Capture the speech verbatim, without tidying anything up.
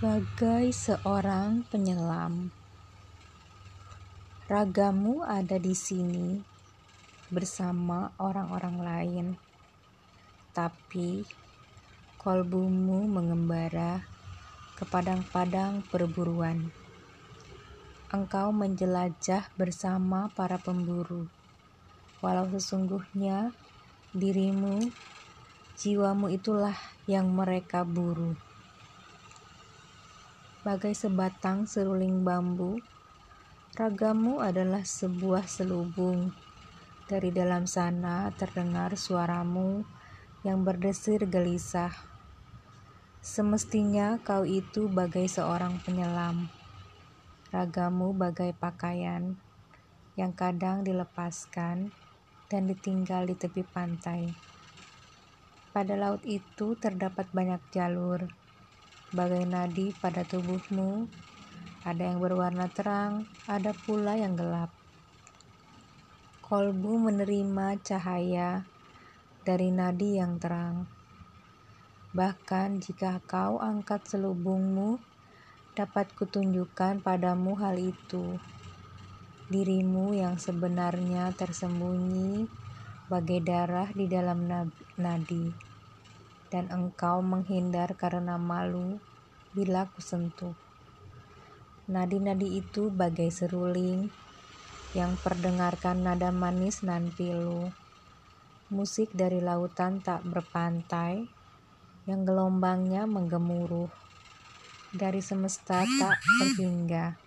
Bagai seorang penyelam, ragamu ada di sini bersama orang-orang lain, tapi kolbumu mengembara ke padang-padang perburuan. Engkau menjelajah bersama para pemburu, walau sesungguhnya dirimu, jiwamu itulah yang mereka buru. Bagai sebatang seruling bambu, ragamu adalah sebuah selubung. Dari dalam sana terdengar suaramu yang berdesir gelisah. Semestinya kau itu bagai seorang penyelam. Ragamu bagai pakaian yang kadang dilepaskan dan ditinggal di tepi pantai. Pada laut itu terdapat banyak jalur. Bagai nadi pada tubuhmu, ada yang berwarna terang, ada pula yang gelap. Kolbu menerima cahaya dari nadi yang terang. Bahkan jika kau angkat selubungmu, dapat kutunjukkan padamu hal itu. Dirimu yang sebenarnya tersembunyi bagai darah di dalam nadi, dan engkau menghindar karena malu bila kusentuh. Nadi-nadi itu bagai seruling yang perdengarkan nada manis nan pilu, musik dari lautan tak berpantai yang gelombangnya menggemuruh, dari semesta tak terhingga.